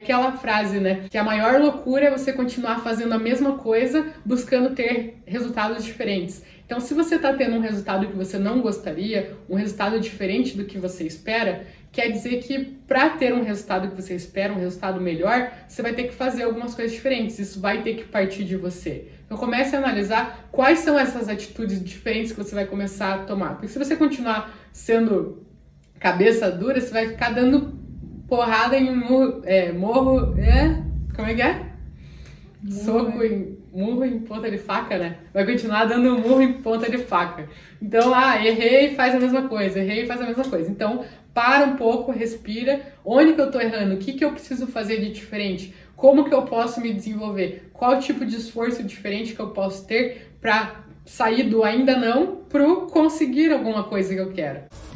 Aquela frase, né, que a maior loucura é você continuar fazendo a mesma coisa, buscando ter resultados diferentes. Então, se você está tendo um resultado que você não gostaria, um resultado diferente do que você espera, quer dizer que para ter um resultado que você espera, um resultado melhor, você vai ter que fazer algumas coisas diferentes. Isso vai ter que partir de você. Então, comece a analisar quais são essas atitudes diferentes que você vai começar a tomar. Porque se você continuar sendo cabeça dura, você vai ficar dando porrada em morro, como é que é? Soco em murro em ponta de faca, né? Vai continuar dando murro em ponta de faca. Então, errei, faz a mesma coisa, errei, faz a mesma coisa. Então, para um pouco, respira. Onde que eu tô errando? O que que eu preciso fazer de diferente? Como que eu posso me desenvolver? Qual tipo de esforço diferente que eu posso ter para sair do ainda não pro conseguir alguma coisa que eu quero?